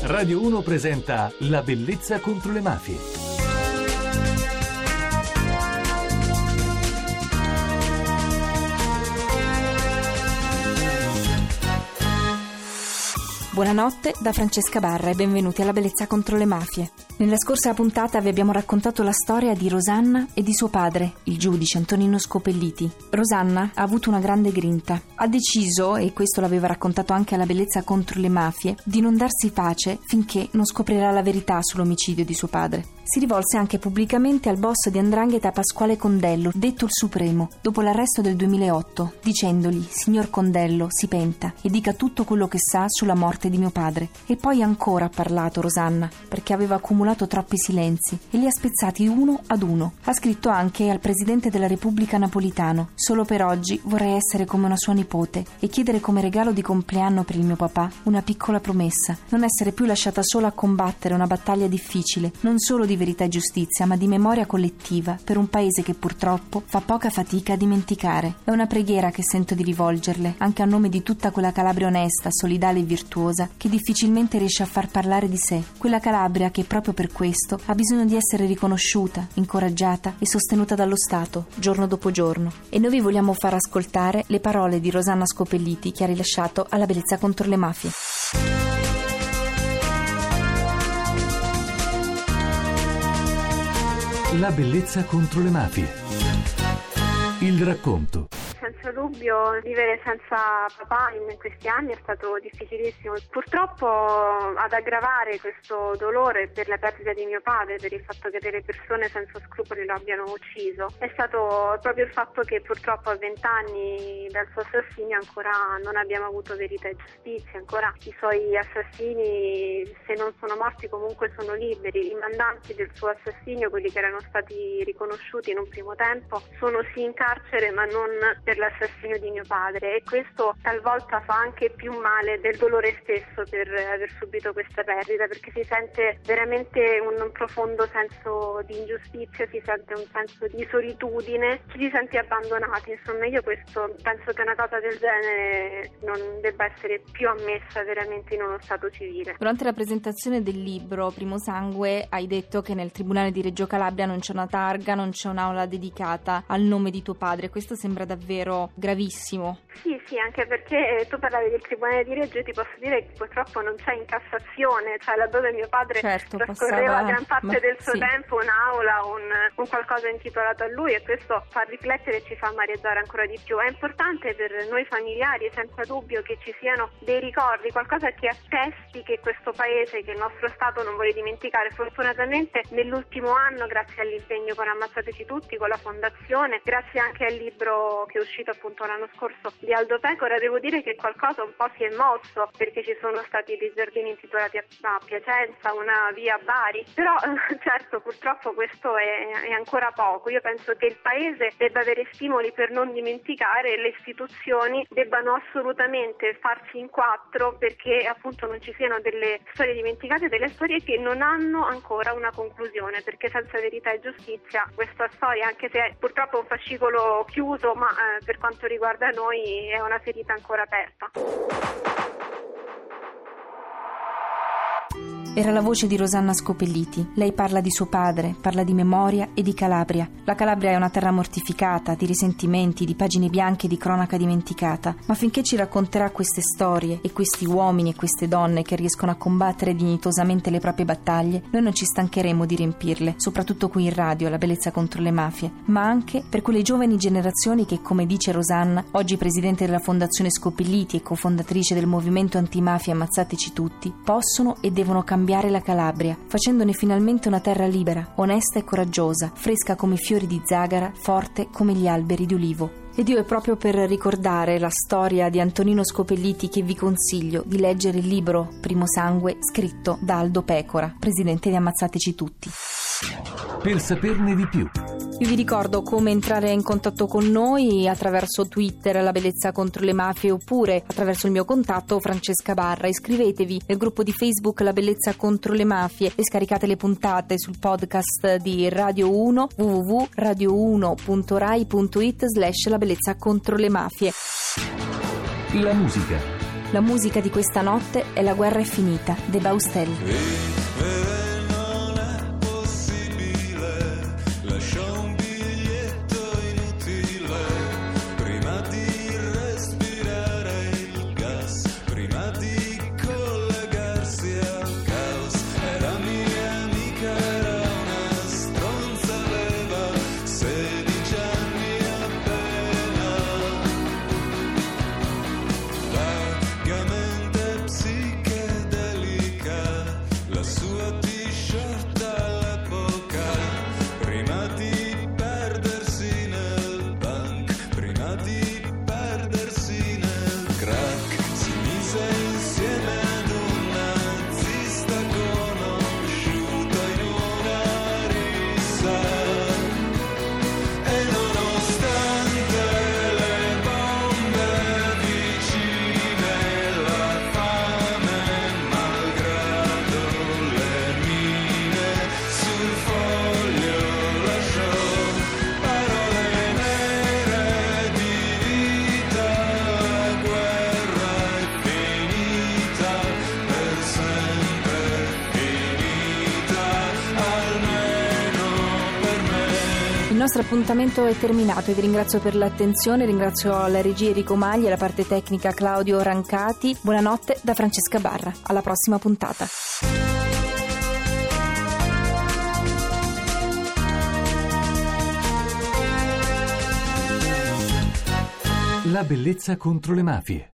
Radio 1 presenta La bellezza contro le mafie. Buonanotte da Francesca Barra e benvenuti alla Bellezza contro le mafie. Nella scorsa puntata vi abbiamo raccontato la storia di Rosanna e di suo padre, il giudice Antonino Scopelliti. Rosanna ha avuto una grande grinta. Ha deciso, e questo l'aveva raccontato anche alla Bellezza contro le mafie, di non darsi pace finché non scoprirà la verità sull'omicidio di suo padre. Si rivolse anche pubblicamente al boss di 'Ndrangheta Pasquale Condello, detto il Supremo, dopo l'arresto del 2008, dicendogli: «Signor Condello, si penta e dica tutto quello che sa sulla morte di mio padre». E poi ancora ha parlato Rosanna, perché aveva accumulato troppi silenzi e li ha spezzati uno ad uno. Ha scritto anche al Presidente della Repubblica Napolitano: «Solo per oggi vorrei essere come una sua nipote e chiedere come regalo di compleanno per il mio papà una piccola promessa: non essere più lasciata sola a combattere una battaglia difficile, non solo di verità e giustizia, ma di memoria collettiva per un paese che purtroppo fa poca fatica a dimenticare. È una preghiera che sento di rivolgerle, anche a nome di tutta quella Calabria onesta, solidale e virtuosa che difficilmente riesce a far parlare di sé, quella Calabria che proprio per questo ha bisogno di essere riconosciuta, incoraggiata e sostenuta dallo Stato, giorno dopo giorno». E noi vi vogliamo far ascoltare le parole di Rosanna Scopelliti, che ha rilasciato alla Bellezza contro le mafie. La bellezza contro le mafie. Il racconto. Senza dubbio vivere senza papà in questi anni è stato difficilissimo. Purtroppo ad aggravare questo dolore per la perdita di mio padre, per il fatto che delle persone senza scrupoli lo abbiano ucciso, è stato proprio il fatto che purtroppo a 20 anni dal suo assassinio ancora non abbiamo avuto verità e giustizia. Ancora i suoi assassini, se non sono morti, comunque sono liberi. I mandanti del suo assassinio, quelli che erano stati riconosciuti in un primo tempo, sono sì in carcere ma non per l'assassinio di mio padre, e questo talvolta fa anche più male del dolore stesso per aver subito questa perdita, perché si sente veramente un profondo senso di ingiustizia, si sente un senso di solitudine, ci si sente abbandonati. Insomma, io questo penso che una cosa del genere non debba essere più ammessa veramente in uno stato civile. Durante la presentazione del libro Primo Sangue hai detto che nel Tribunale di Reggio Calabria non c'è una targa, non c'è un'aula dedicata al nome di tuo padre. Questo sembra davvero gravissimo. Sì, anche perché tu parlavi del Tribunale di Reggio, e ti posso dire che purtroppo non c'è in Cassazione, cioè laddove mio padre trascorreva gran parte del suo tempo, un'aula, un qualcosa intitolato a lui, e questo fa riflettere e ci fa amareggiare ancora di più. È importante per noi familiari, senza dubbio, che ci siano dei ricordi, qualcosa che attesti che questo paese, che il nostro Stato non vuole dimenticare. Fortunatamente nell'ultimo anno, grazie all'impegno con Ammazzateci Tutti, con la fondazione, grazie anche al libro che è uscito appunto l'anno scorso di Aldo Pecora, devo dire che qualcosa un po' si è mosso, perché ci sono stati dei giardini intitolati a Piacenza, una via a Bari, però certo purtroppo questo è ancora poco. Io penso che il paese debba avere stimoli per non dimenticare, le istituzioni debbano assolutamente farsi in quattro perché appunto non ci siano delle storie dimenticate, delle storie che non hanno ancora una conclusione, perché senza verità e giustizia questa storia, anche se è purtroppo un fascicolo chiuso, ma per quanto riguarda noi è una ferita ancora aperta. Era la voce di Rosanna Scopelliti. Lei parla di suo padre, parla di memoria e di Calabria. La Calabria è una terra mortificata, di risentimenti, di pagine bianche, di cronaca dimenticata. Ma finché ci racconterà queste storie e questi uomini e queste donne che riescono a combattere dignitosamente le proprie battaglie, noi non ci stancheremo di riempirle, soprattutto qui in radio, La Bellezza contro le mafie, ma anche per quelle giovani generazioni che, come dice Rosanna, oggi presidente della Fondazione Scopelliti e cofondatrice del movimento antimafia Ammazzateci Tutti, possono e devono cambiare la Calabria, facendone finalmente una terra libera, onesta e coraggiosa, fresca come i fiori di zagara, forte come gli alberi di ulivo. Ed io è proprio per ricordare la storia di Antonino Scopelliti che vi consiglio di leggere il libro Primo Sangue, scritto da Aldo Pecora, presidente di Ammazzateci Tutti. Per saperne di più, Io vi ricordo come entrare in contatto con noi attraverso Twitter, La Bellezza contro le mafie, oppure attraverso il mio contatto Francesca Barra. Iscrivetevi nel gruppo di Facebook La Bellezza contro le mafie e scaricate le puntate sul podcast di Radio 1 www.radio1.rai.it/La Bellezza contro le mafie. La musica. La musica di questa notte è La guerra è finita, de Baustelle. Il nostro appuntamento è terminato e vi ringrazio per l'attenzione, ringrazio la regia Enrico Magli e la parte tecnica Claudio Rancati. Buonanotte da Francesca Barra, alla prossima puntata. La bellezza contro le mafie.